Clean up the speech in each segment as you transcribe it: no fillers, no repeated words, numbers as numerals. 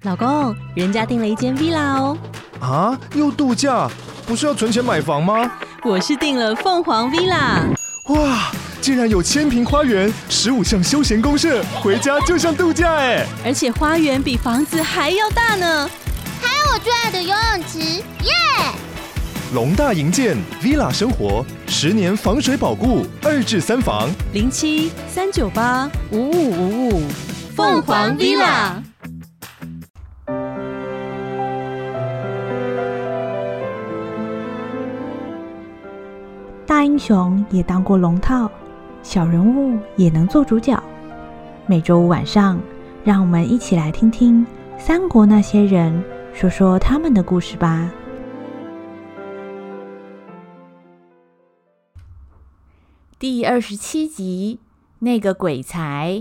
老公，人家订了一间 villa 哦。 啊，又度假？不是要存钱买房吗？ 我是订了凤凰 villa。 哇，竟然有1000坪花园，15项休闲公社，回家就像度假哎！ 而且花园比房子还要大呢。 还有我最爱的游泳池，耶！ 龙大营建 villa 生活，10年防水保固，2至3房 07-398-5555，凤凰 villa。 大英雄也当过龙套，小人物也能做主角。每周五晚上，让我们一起来听听三国那些人，说说他们的故事吧。第27集，那个鬼才。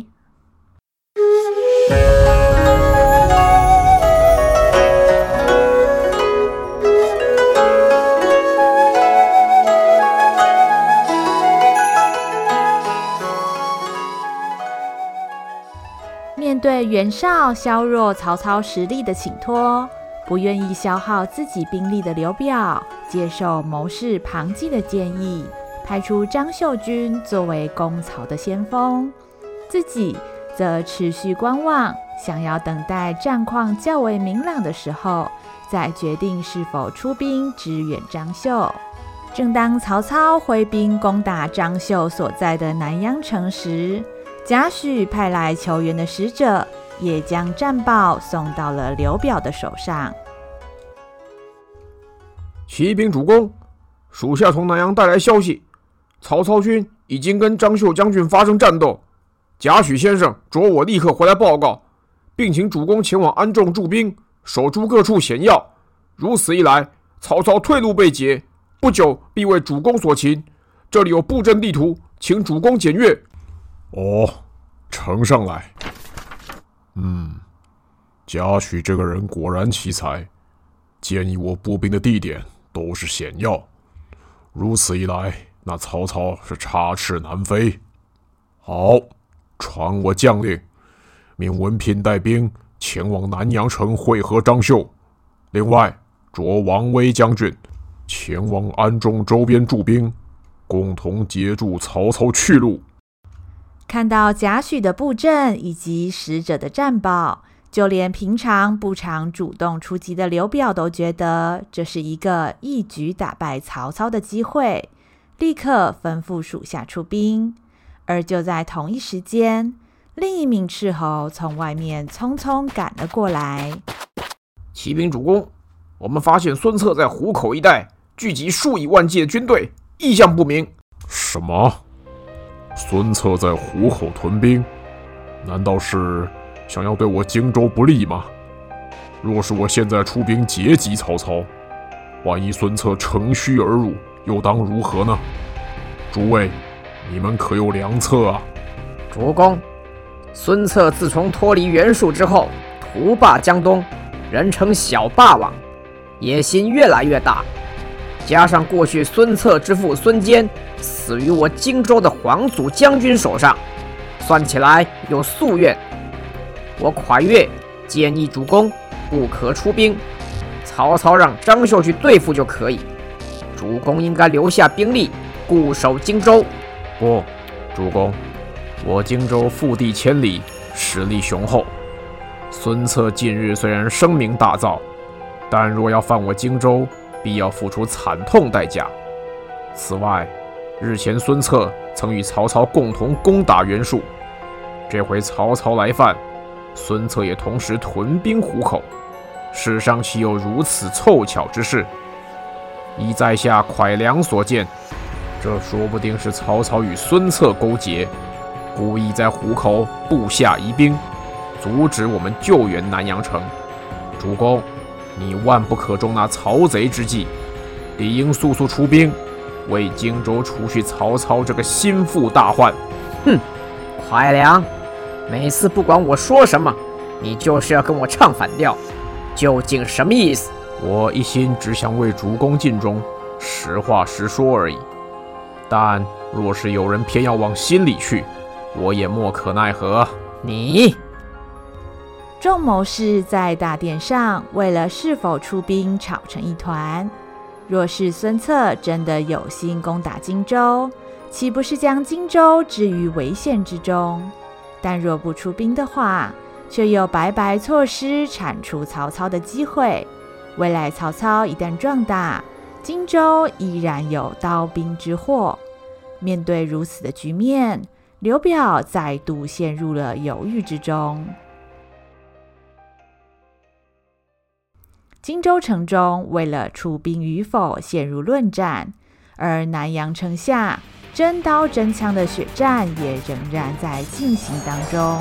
面对袁绍削弱曹操实力的请托，不愿意消耗自己兵力的刘表，接受谋士庞纪的建议，派出张绣军作为攻曹的先锋，自己则持续观望，想要等待战况较为明朗的时候，再决定是否出兵支援张绣。正当曹操挥兵攻打张绣所在的南阳城时，贾诩派来求援的使者也将战报送到了刘表的手上。 启禀主公，属下从南阳带来消息，曹操军已经跟张绣将军发生战斗，贾诩先生着我立刻回来报告，并请主公前往安众驻兵，守住各处险要。如此一来，曹操退路被截，不久必为主公所擒。这里有布阵地图，请主公检阅。 哦，呈上来。贾诩这个人果然奇才，建议我步兵的地点都是险要。如此一来，那曹操是插翅难飞。好，传我将令，命文聘带兵前往南阳城会合张绣。另外，着王威将军前往安众周边驻兵，共同截住曹操去路。 看到贾诩的布阵以及使者的战报，就连平常不常主动出击的刘表都觉得这是一个一举打败曹操的机会，立刻吩咐属下出兵。而就在同一时间，另一名斥候从外面匆匆赶了过来。 启禀主公，我们发现孙策在湖口一带聚集数以万计的军队，意向不明。 什么？孙策在湖口屯兵，难道是想要对我荆州不利吗？若是我现在出兵截击曹操，万一孙策乘虚而入，又当如何呢？诸位，你们可有良策啊？ 主公，孙策自从脱离袁术之后，图霸江东，人称小霸王，野心越来越大。加上过去孙策之父孙坚死于我荆州的皇祖将军手上，算起来有夙愿。我蒯越建议主公不可出兵，曹操让张绣去对付就可以，主公应该留下兵力固守荆州。 不，主公，我荆州腹地千里，实力雄厚。孙策近日虽然声名大噪，但若要犯我荆州，必要付出惨痛代价。此外，日前孙策曾与曹操共同攻打袁术，这回曹操来犯，孙策也同时屯兵湖口，世上岂有如此凑巧之事？依在下蒯良所见，这说不定是曹操与孙策勾结，故意在湖口布下疑兵，阻止我们救援南阳城。主公，你万不可中那曹贼之计，理应速速出兵，为荆州除去曹操这个心腹大患。 蒯良，每次不管我说什么，你就是要跟我唱反调，究竟什么意思？ 我一心只想为主公尽忠，实话实说而已。但若是有人偏要往心里去，我也莫可奈何。 你众谋士在大殿上为了是否出兵吵成一团。若是孙策真的有心攻打荆州，岂不是将荆州置于危险之中？但若不出兵的话，却又白白错失铲除曹操的机会。未来曹操一旦壮大，荆州依然有刀兵之祸。面对如此的局面，刘表再度陷入了犹豫之中。荆州城中为了出兵与否陷入论战，而南阳城下真刀真枪的血战也仍然在进行当中。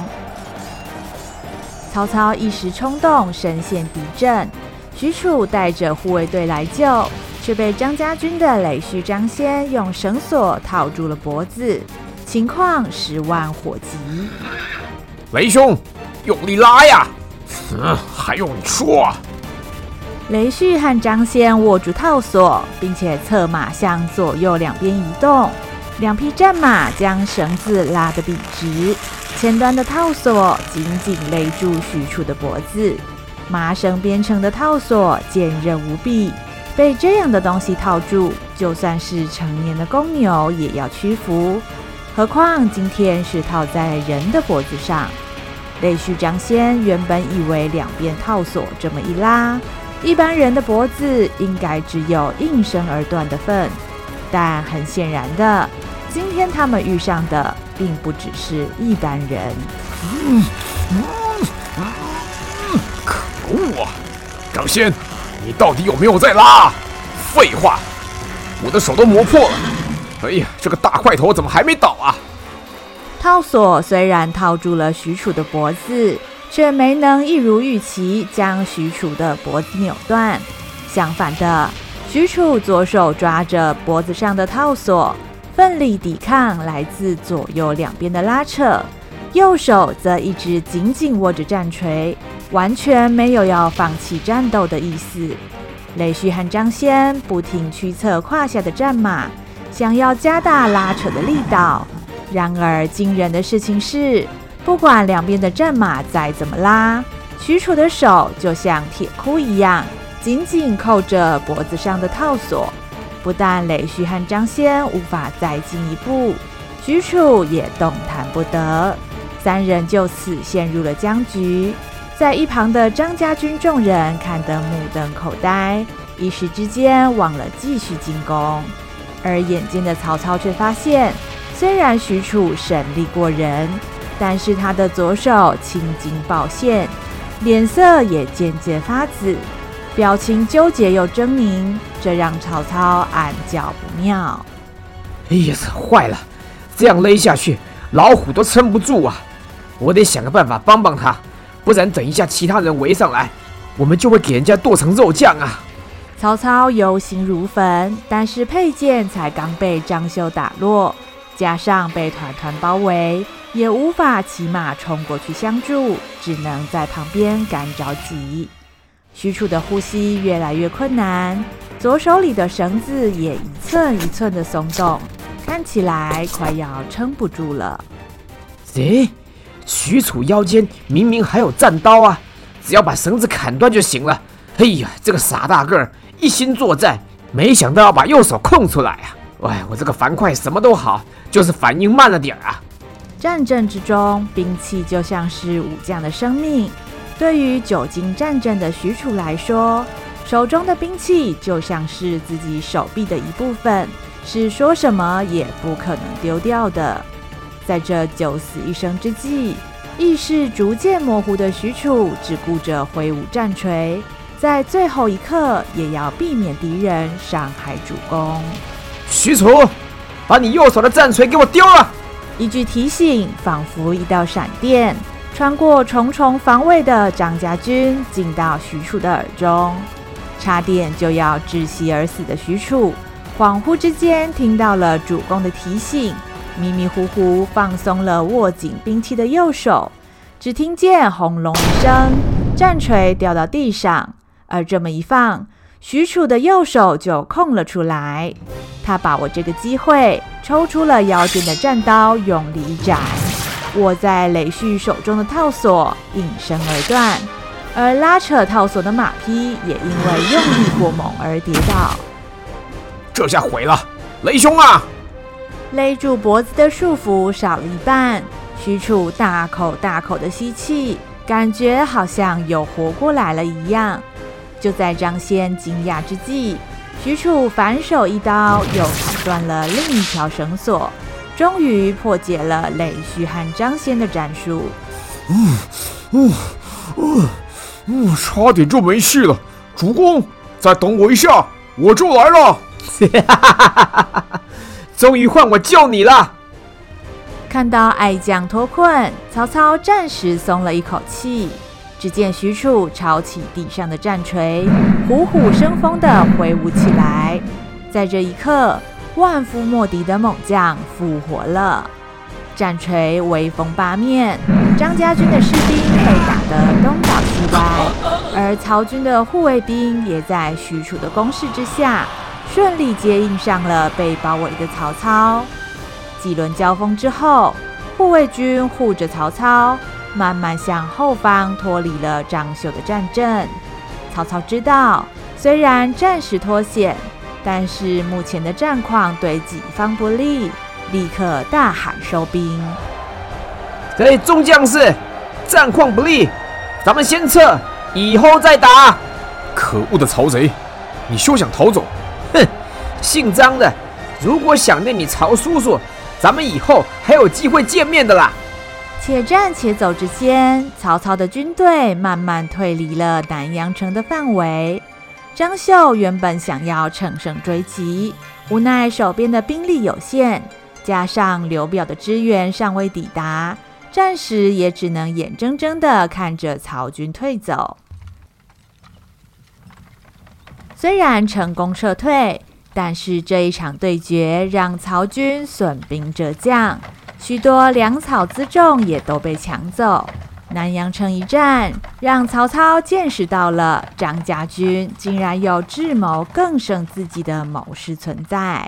曹操一时冲动深陷敌阵，许褚带着护卫队来救，却被张家军的雷须张先用绳索套住了脖子，情况十万火急。 雷兄，用力拉呀！还用你说？ 雷须和张先握住套索，并且策马向左右两边移动，两匹战马将绳子拉得笔直，前端的套索紧紧勒住许褚的脖子。麻绳编成的套索坚韧无比，被这样的东西套住，就算是成年的公牛也要屈服，何况今天是套在人的脖子上。雷须张先原本以为两边套索这么一拉，一般人的脖子应该只有应声而断的份，但很显然的，今天他们遇上的并不只是一般人。 可恶啊！张先，你到底有没有在拉？废话，我的手都磨破了。哎呀，这个大块头怎么还没倒啊？ 套索虽然套住了许褚的脖子，却没能一如预期将许褚的脖子扭断。相反的，许褚左手抓着脖子上的套索，奋力抵抗来自左右两边的拉扯，右手则一直紧紧握着战锤，完全没有要放弃战斗的意思。雷须和张先不停驱策胯下的战马，想要加大拉扯的力道。然而惊人的事情是，不管两边的战马再怎么拉，许褚的手就像铁箍一样，紧紧扣着脖子上的套索。不但雷须和张先无法再进一步，许褚也动弹不得，三人就此陷入了僵局。在一旁的张家军众人看得目瞪口呆，一时之间忘了继续进攻。而眼尖的曹操却发现，虽然许褚神力过人，但是他的左手青筋暴现，脸色也渐渐发紫，表情纠结又狰狞，这让曹操暗叫不妙。 哎呀，坏了！这样勒下去，老虎都撑不住啊！我得想个办法帮帮他，不然等一下其他人围上来，我们就会给人家剁成肉酱啊！ 曹操忧心如焚，但是佩剑才刚被张绣打落，加上被团团包围，也无法骑马冲过去相助，只能在旁边干着急。许褚的呼吸越来越困难，左手里的绳子也一寸一寸的松动，看起来快要撑不住了。 许褚腰间明明还有战刀啊，只要把绳子砍断就行了。哎呀，这个傻大个儿一心作战，没想到要把右手空出来啊！哎，我这个樊哙什么都好，就是反应慢了点啊。 战阵之中，兵器就像是武将的生命。对于久经战阵的许褚来说，手中的兵器就像是自己手臂的一部分，是说什么也不可能丢掉的。在这九死一生之际，意识逐渐模糊的许褚只顾着挥舞战锤，在最后一刻也要避免敌人伤害主公。 许褚，把你右手的战锤给我丢了！ 一句提醒，仿佛一道闪电，穿过重重防卫的张家军，进到许褚的耳中。差点就要窒息而死的许褚，恍惚之间听到了主公的提醒，迷迷糊糊放松了握紧兵器的右手，只听见轰隆一声，战锤掉到地上，而这么一放，许褚的右手就空了出来。他把握这个机会，抽出了腰间的战刀，用力一斩。 握在雷旭手中的套索应声而断，而拉扯套索的马匹也因为用力过猛而跌倒。 这下毁了，雷兄啊！ 勒住脖子的束缚少了一半，许褚大口大口的吸气，感觉好像又活过来了一样。就在张先惊讶之际，许褚反手一刀又砍断了另一条绳索，终于破解了雷旭和张先的战术。 差点就没戏了，主公，再等我一下，我就来了。 终于换我救你了！ 看到爱将脱困，曹操暂时松了一口气。只见许褚抄起地上的战锤，虎虎生风地挥舞起来。在这一刻，万夫莫敌的猛将复活了，战锤威风八面，张家军的士兵被打得东倒西歪，而曹军的护卫兵也在许褚的攻势之下，顺利接应上了被包围的曹操。几轮交锋之后，护卫军护着曹操，慢慢向后方脱离了张绣的战阵。曹操知道，虽然暂时脱险，但是目前的战况对己方不利，立刻大喊收兵。 众将士，战况不利，咱们先撤，以后再打。 可恶的曹贼，你休想逃走！ 哼，姓张的，如果想念你曹叔叔，咱们以后还有机会见面的啦。 且战且走之间，曹操的军队慢慢退离了南阳城的范围。张绣原本想要乘胜追击，无奈手边的兵力有限，加上刘表的支援尚未抵达，暂时也只能眼睁睁地看着曹军退走。虽然成功撤退，但是这一场对决让曹军损兵折将，许多粮草辎重也都被抢走。南阳城一战，让曹操见识到了张家军竟然有智谋更胜自己的谋士存在。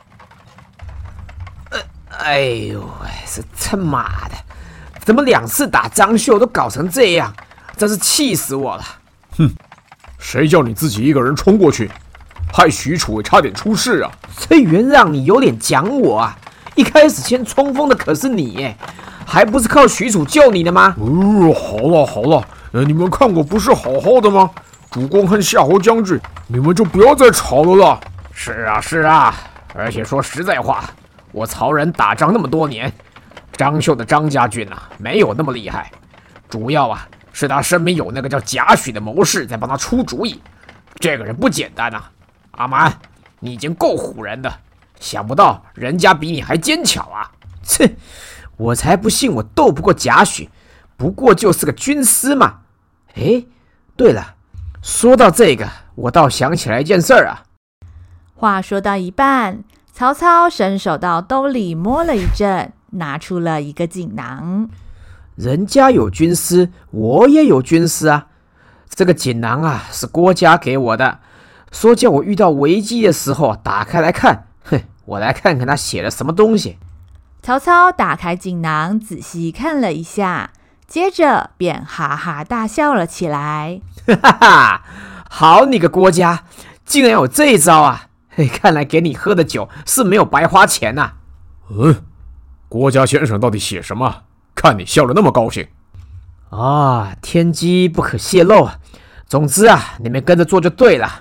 哎呦，是他妈的，怎么2次打张绣都搞成这样，真是气死我了！ 哼，谁叫你自己一个人冲过去，害许褚也差点出事啊！ 这袁让你有脸讲我啊！一开始先冲锋的可是你耶，还不是靠许褚救你的吗？ 好了，你们看我不是好好的吗？主公和夏侯将军，你们就不要再吵了啦。 是啊，而且说实在话，我曹仁打仗那么多年，张绣的张家军啊，没有那么厉害，主要啊是他身边有那个叫贾诩的谋士在帮他出主意，这个人不简单啊。阿蛮，你已经够唬人的，想不到人家比你还坚强啊！ 切，我才不信我斗不过贾诩，不过就是个军师嘛。对了，说到这个，我倒想起来一件事儿啊。 话说到一半，曹操伸手到兜里摸了一阵，拿出了一个锦囊。 人家有军师，我也有军师啊。这个锦囊啊，是郭嘉给我的，说叫我遇到危机的时候打开来看。我来看看他写了什么东西。 曹操打开锦囊，仔细看了一下，接着便哈哈大笑了起来。 哈哈，好你个郭嘉，竟然有这一招啊！看来给你喝的酒是没有白花钱呐。 郭嘉先生到底写什么？看你笑得那么高兴。 天机不可泄露啊。总之啊，你们跟着做就对了。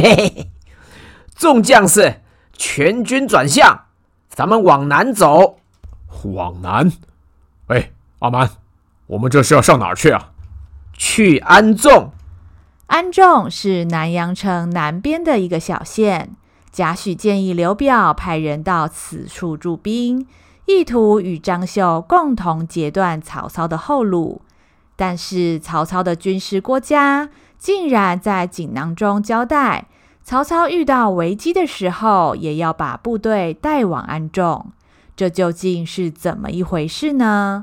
众将士，全军转向，咱们往南走。 往南？阿蛮，我们这是要上哪儿去啊？ 去安众。 安众是南阳城南边的一个小县，贾诩建议刘表派人到此处驻兵，意图与张绣共同截断曹操的后路。但是曹操的军师郭嘉竟然在锦囊中交代，曹操遇到危机的时候，也要把部队带往安众。这究竟是怎么一回事呢？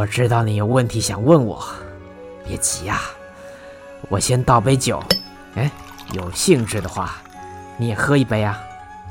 我知道你有问题想问我，别急啊，我先倒杯酒。哎，有兴致的话，你也喝一杯啊。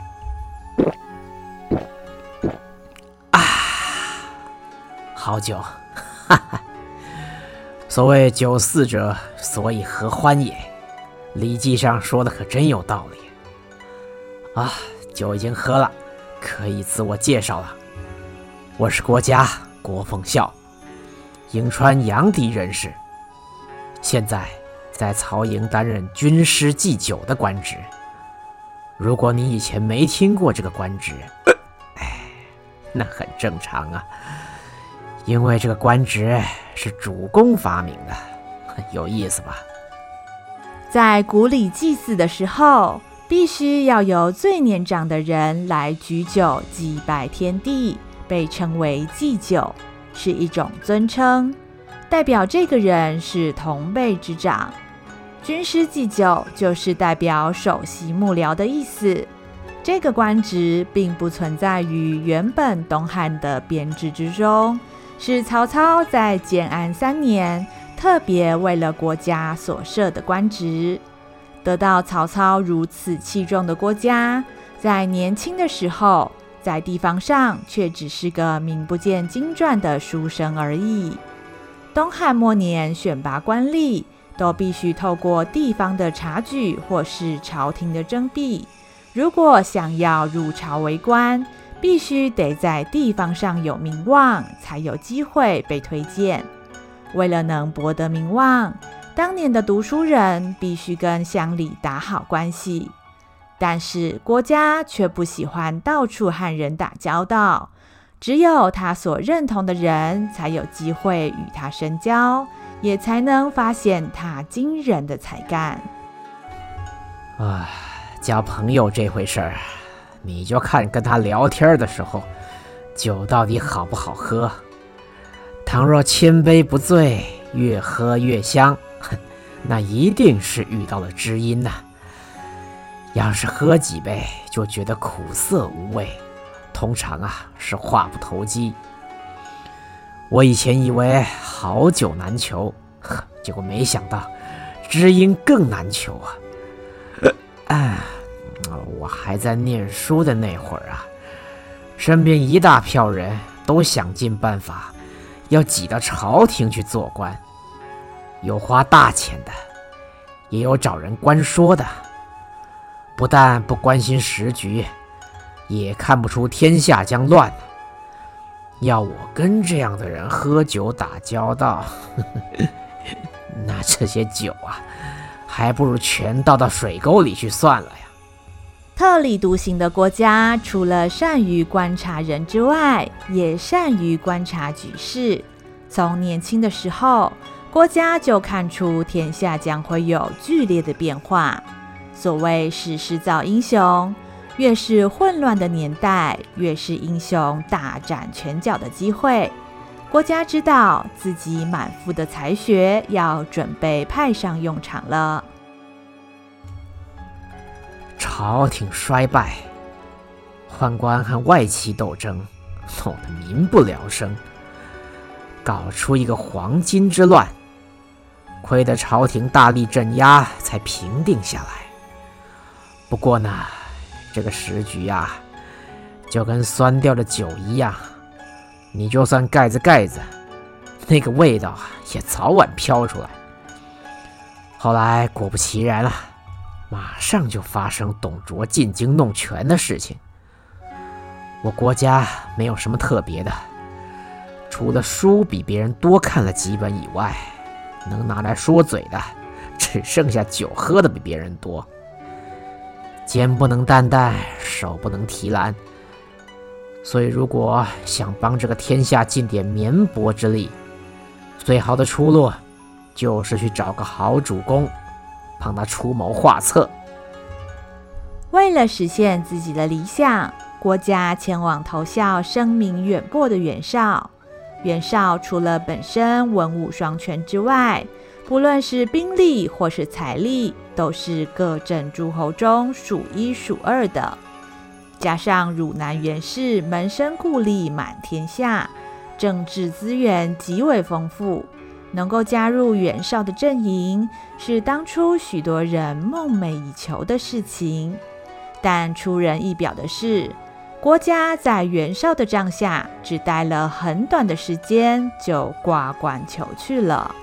好酒，哈哈。所谓酒肆者，所以合欢也。礼记上说的可真有道理。啊，酒已经喝了，可以自我介绍了。我是郭嘉，郭奉孝，颍川阳翟人士，现在在曹营担任军师祭酒的官职。如果你以前没听过这个官职，那很正常啊，因为这个官职是主公发明的，有意思吧？ 在古里祭祀的时候，必须要由最年长的人来举酒祭拜天地，被称为祭酒，是一种尊称，代表这个人是同辈之长。军师祭酒就是代表首席幕僚的意思。这个官职并不存在于原本东汉的编制之中，是曹操在建安3年特别为了国家所设的官职。得到曹操如此器重的郭嘉，在年轻的时候，在地方上却只是个名不见经传的书生而已。东汉末年选拔官吏，都必须透过地方的察举或是朝廷的征辟。如果想要入朝为官，必须得在地方上有名望，才有机会被推荐。为了能博得名望，当年的读书人必须跟乡里打好关系。但是郭嘉却不喜欢到处和人打交道，只有他所认同的人才有机会与他深交，也才能发现他惊人的才干。 交朋友这回事儿，你就看跟他聊天的时候，酒到底好不好喝。倘若千杯不醉，越喝越香，那一定是遇到了知音呐。要是喝几杯就觉得苦涩无味，通常是话不投机。我以前以为好酒难求，结果没想到知音更难求啊。我还在念书的那会儿身边一大票人都想尽办法要挤到朝廷去做官，有花大钱的，也有找人关说的。不但不关心时局，也看不出天下将乱。要我跟这样的人喝酒打交道，那这些酒还不如全倒到水沟里去算了呀。 特立独行的郭嘉，除了善于观察人之外，也善于观察局势。从年轻的时候，郭嘉就看出天下将会有剧烈的变化。所谓时势造英雄，越是混乱的年代，越是英雄大展拳脚的机会。郭嘉知道自己满腹的才学要准备派上用场了。 朝廷衰败，宦官和外戚斗争，弄得民不聊生，搞出一个黄巾之乱，亏得朝廷大力镇压才平定下来。不过呢，这个时局就跟酸掉的酒一样，你就算盖着盖子，那个味道也早晚飘出来。后来果不其然马上就发生董卓进京弄权的事情。我国家没有什么特别的，除了书比别人多看了几本以外，能拿来说嘴的只剩下酒喝的比别人多。肩不能担担，手不能提篮，所以如果想帮这个天下尽点绵薄之力，最好的出路就是去找个好主公，帮他出谋划策。 为了实现自己的理想，郭嘉前往投效声名远播的袁绍。袁绍除了本身文武双全之外，不论是兵力或是财力，都是各镇诸侯中数一数二的。加上汝南袁氏门生故吏满天下， 政治资源极为丰富，能够加入袁绍的阵营，是当初许多人梦寐以求的事情。但出人意表的是，郭嘉在袁绍的帐下只待了很短的时间，就挂冠求去了。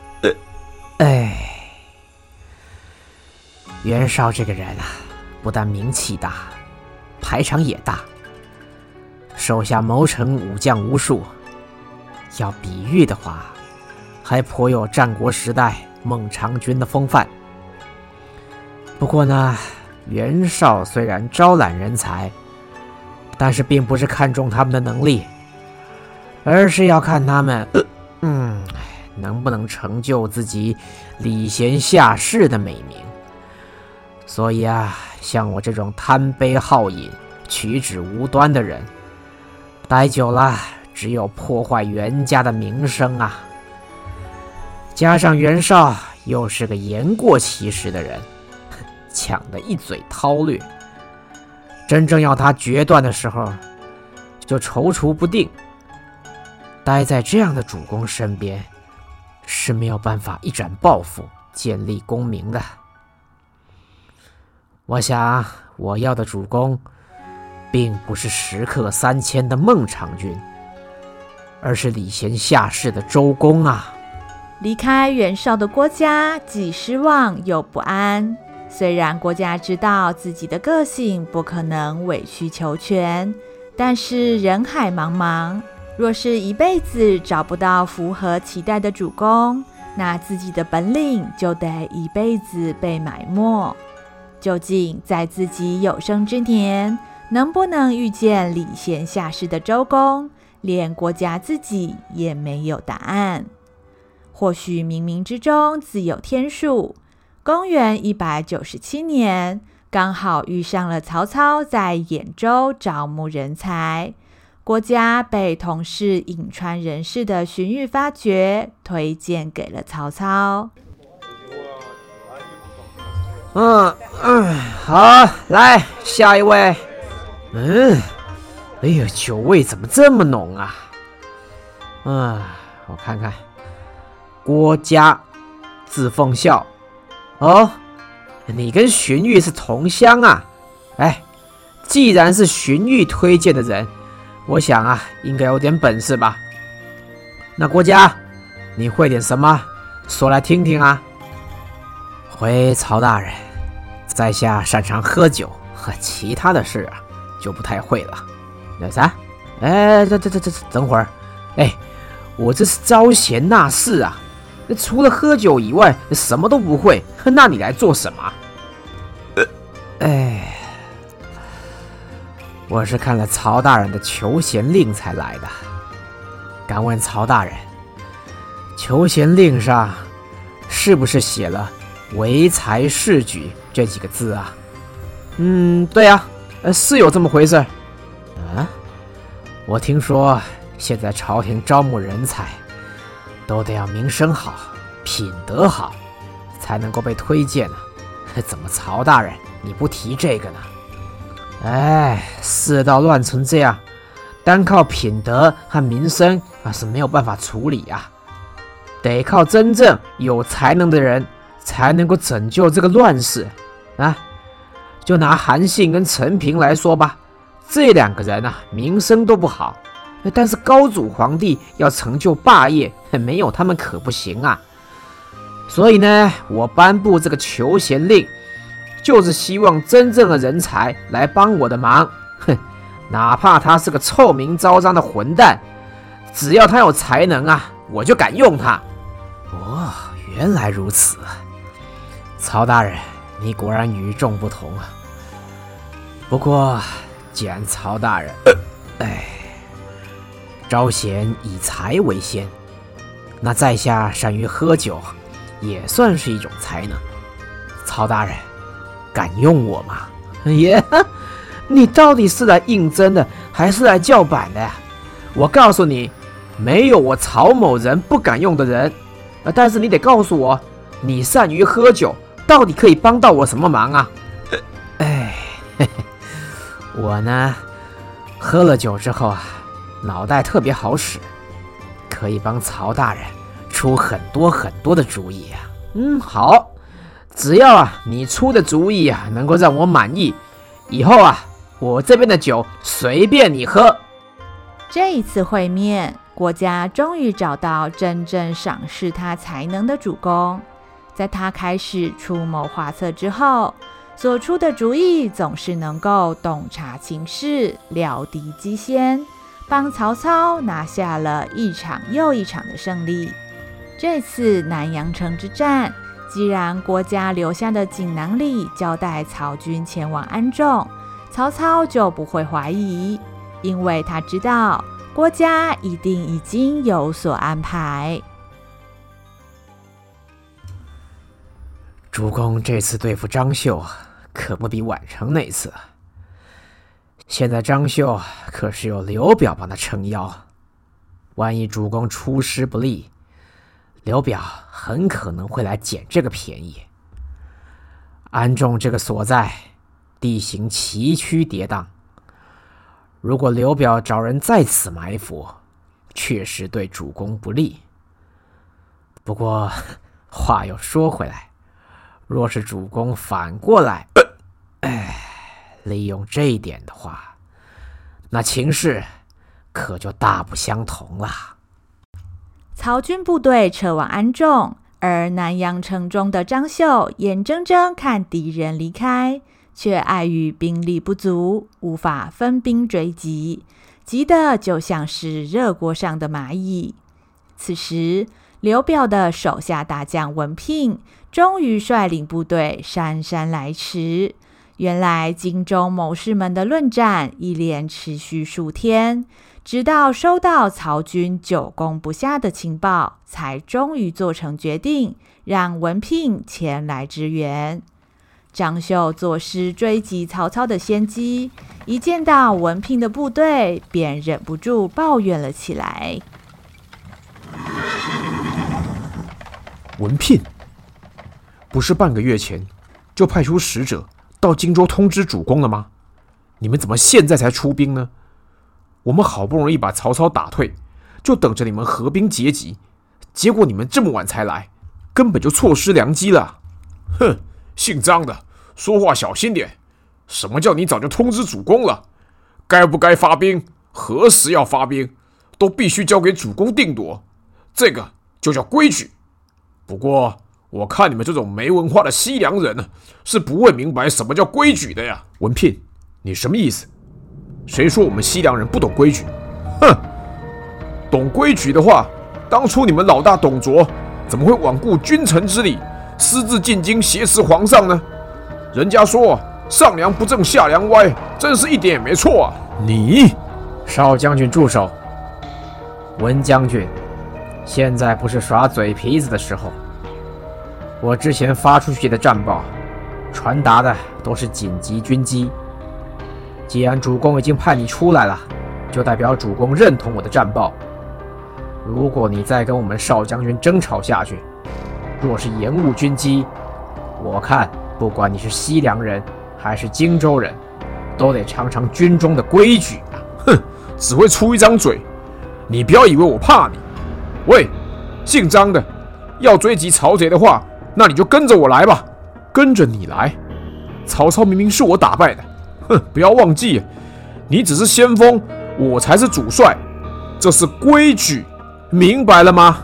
袁绍这个人啊，不但名气大，排场也大，手下谋臣武将无数。要比喻的话，还颇有战国时代孟尝君的风范。不过呢，袁绍虽然招揽人才，但是并不是看重他们的能力，而是要看他们能不能成就自己礼贤下士的美名。所以啊，像我这种贪杯好饮、举止无端的人，待久了只有破坏袁家的名声啊。加上袁绍又是个言过其实的人，抢得一嘴韬略，真正要他决断的时候就踌躇不定。待在这样的主公身边，是没有办法一展抱负、建立功名的。我想我要的主公并不是时刻3000的孟尝君，而是礼贤下士的周公啊。 离开袁绍的郭嘉既失望又不安。虽然郭嘉知道自己的个性不可能委曲求全，但是人海茫茫，若是一辈子找不到符合期待的主公，那自己的本领就得一辈子被埋没。究竟在自己有生之年，能不能遇见礼贤下士的周公，连郭嘉自己也没有答案。或许冥冥之中自有天数，公元197年，刚好遇上了曹操在兖州招募人才，郭嘉被同是颍川人士的荀彧发掘，推荐给了曹操。 好，来下一位。哎呀，酒味怎么这么浓啊？我看看，郭嘉，字奉孝。哦，你跟荀彧是同乡啊？既然是荀彧推荐的人，我想啊，应该有点本事吧？那郭嘉，你会点什么？说来听听啊。回曹大人，在下擅长喝酒，其他的事啊就不太会了。那啥？等会儿，我这是招贤纳士啊，除了喝酒以外什么都不会，那你来做什么？我是看了曹大人的求贤令才来的。敢问曹大人，求贤令上是不是写了唯才是举这几个字啊？对啊，是有这么回事。我听说现在朝廷招募人才，都得要名声好、品德好，才能够被推荐呢。怎么曹大人你不提这个呢？世道乱成这样，单靠品德和名声是没有办法处理啊，得靠真正有才能的人才能够拯救这个乱世啊。就拿韩信跟陈平来说吧，这两个人名声都不好，但是高祖皇帝要成就霸业，没有他们可不行啊。所以呢，我颁布这个求贤令，就是希望真正的人才来帮我的忙。哪怕他是个臭名昭彰的混蛋，只要他有才能我就敢用他。原来如此，曹大人，你果然与众不同啊。不过既然曹大人招贤以才为先，那在下善于喝酒也算是一种才能。曹大人敢用我吗？你到底是来应征的还是来叫板的呀？我告诉你，没有我曹某人不敢用的人。但是你得告诉我，你善于喝酒，到底可以帮到我什么忙啊？我呢，喝了酒之后脑袋特别好使， 可以帮曹大人出很多很多的主意啊。好，只要你出的主意能够让我满意，以后我这边的酒随便你喝。 这一次会面，郭嘉终于找到真正赏识他才能的主公。在他开始出谋划策之后，所出的主意总是能够洞察情势，料敌机先，帮曹操拿下了一场又一场的胜利。这次南阳城之战，既然郭嘉留下的锦囊里交代曹军前往安众，曹操就不会怀疑，因为他知道郭嘉一定已经有所安排。 主公这次对付张绣可不比宛城那次。现在张绣可是有刘表帮他撑腰，万一主公出师不利，刘表很可能会来捡这个便宜。安众这个所在地形崎岖跌宕，如果刘表找人在此埋伏，确实对主公不利。不过话又说回来，若是主公反过来利用这一点的话，那情势可就大不相同了。 曹军部队撤往安众，而南阳城中的张绣眼睁睁看敌人离开，却碍于兵力不足，无法分兵追击，急得就像是热锅上的蚂蚁。此时刘表的手下大将文聘终于率领部队姗姗来迟。原来荆州谋士们的论战一连持续数天，直到收到曹军久攻不下的情报，才终于做成决定，让文聘前来支援。张绣坐失追击曹操的先机，一见到文聘的部队，便忍不住抱怨了起来。 文聘，不是半个月前就派出使者到荆州通知主公了吗？你们怎么现在才出兵呢？我们好不容易把曹操打退，就等着你们合兵截击，结果你们这么晚才来，根本就错失良机了。 哼，姓张的，说话小心点。什么叫你早就通知主公了？该不该发兵，何时要发兵，都必须交给主公定夺，这个就叫规矩。不过我看你们这种没文化的西凉人是不会明白什么叫规矩的呀。 文聘，你什么意思？谁说我们西凉人不懂规矩？ 哼，懂规矩的话，当初你们老大董卓怎么会罔顾君臣之礼，私自进京挟持皇上呢？人家说上梁不正下梁歪，真是一点也没错啊。 你， 少将军住手！文将军，现在不是耍嘴皮子的时候。我之前发出去的战报，传达的都是紧急军机。既然主公已经派你出来了，就代表主公认同我的战报。如果你再跟我们少将军争吵下去，若是延误军机，我看不管你是西凉人还是荆州人，都得尝尝军中的规矩啊！ 哼，只会出一张嘴，你不要以为我怕你。喂，姓张的，要追击曹贼的话，那你就跟着我来吧。 跟着你来？曹操明明是我打败的。 哼，不要忘记，你只是先锋，我才是主帅，这是规矩，明白了吗？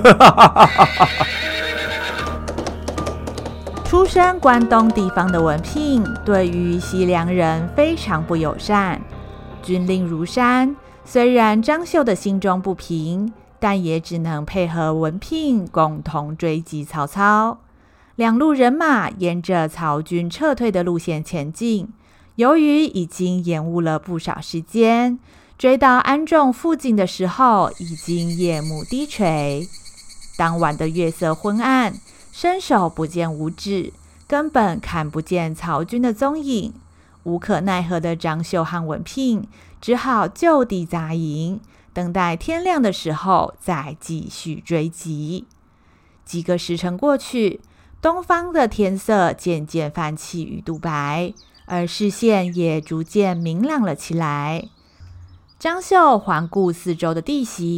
出身关东地方的文聘，对于西凉人非常不友善。军令如山，虽然张绣的心中不平，但也只能配合文聘共同追击曹操。两路人马沿着曹军撤退的路线前进，由于已经延误了不少时间，追到安众附近的时候，已经夜幕低垂。当晚的月色昏暗，伸手不见五指，根本看不见曹军的踪影。无可奈何的张绣和文聘只好就地扎营，等待天亮的时候再继续追击。几个时辰过去，东方的天色渐渐泛起鱼肚白，而视线也逐渐明朗了起来。张绣环顾四周的地形，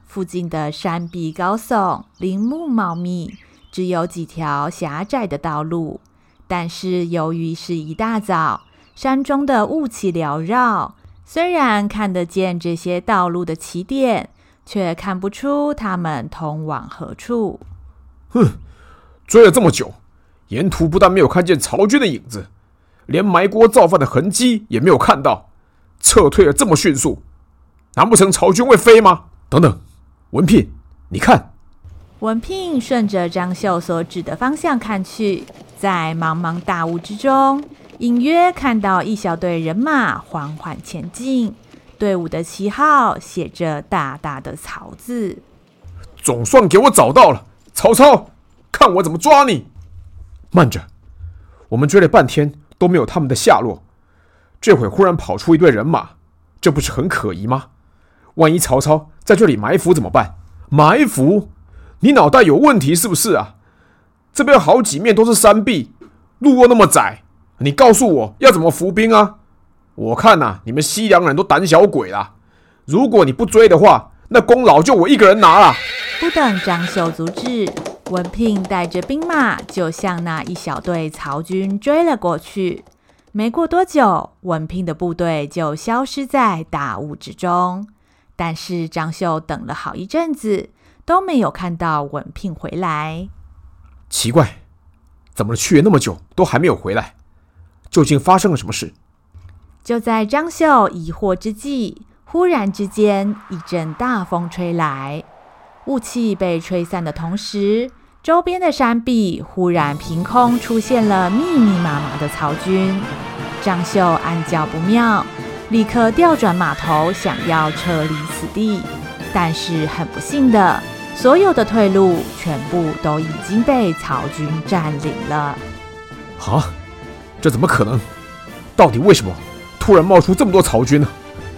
附近的山壁高耸，林木茂密，只有几条狭窄的道路。但是由于是一大早，山中的雾气缭绕，虽然看得见这些道路的起点，却看不出它们通往何处。 追了这么久，沿途不但没有看见曹军的影子，连埋锅造饭的痕迹也没有看到。撤退了这么迅速，难不成曹军会飞吗？等等，文聘，你看。 文聘顺着张绣所指的方向看去，在茫茫大雾之中，隐约看到一小队人马缓缓前进，队伍的旗号写着大大的曹字。 总算给我找到了，曹操，看我怎么抓你！慢着，我们追了半天都没有他们的下落，这会忽然跑出一队人马，这不是很可疑吗？万一曹操在这里埋伏怎么办？埋伏？你脑袋有问题是不是啊？这边好几面都是山壁，路又那么窄，你告诉我要怎么伏兵啊？我看啊，你们西凉人都胆小鬼啦！如果你不追的话，那功劳就我一个人拿了。 不等张绣阻止，文聘带着兵马就向那一小队曹军追了过去。没过多久，文聘的部队就消失在大雾之中。但是张绣等了好一阵子，都没有看到文聘回来。 奇怪，怎么去了那么久都还没有回来？究竟发生了什么事？ 就在张绣疑惑之际，忽然之间一阵大风吹来，雾气被吹散的同时，周边的山壁忽然凭空出现了密密麻麻的曹军。张绣暗叫不妙，立刻调转马头，想要撤离此地。但是很不幸的，所有的退路全部都已经被曹军占领了。 啊，这怎么可能？到底为什么突然冒出这么多曹军呢？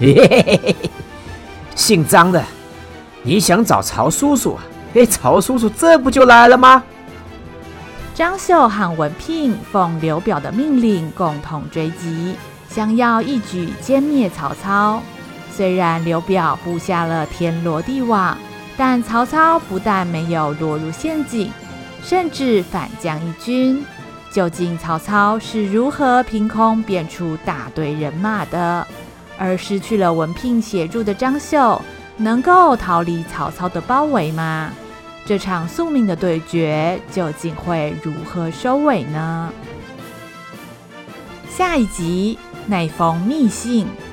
姓张的，你想找曹叔叔啊？曹叔叔这不就来了吗？ 张绣和文聘奉刘表的命令共同追击，想要一举歼灭曹操。虽然刘表布下了天罗地网，但曹操不但没有落入陷阱，甚至反将一军。究竟曹操是如何凭空变出大队人马的？而失去了文聘协助的张绣，能够逃离曹操的包围吗？这场宿命的对决究竟会如何收尾呢？下一集那封密信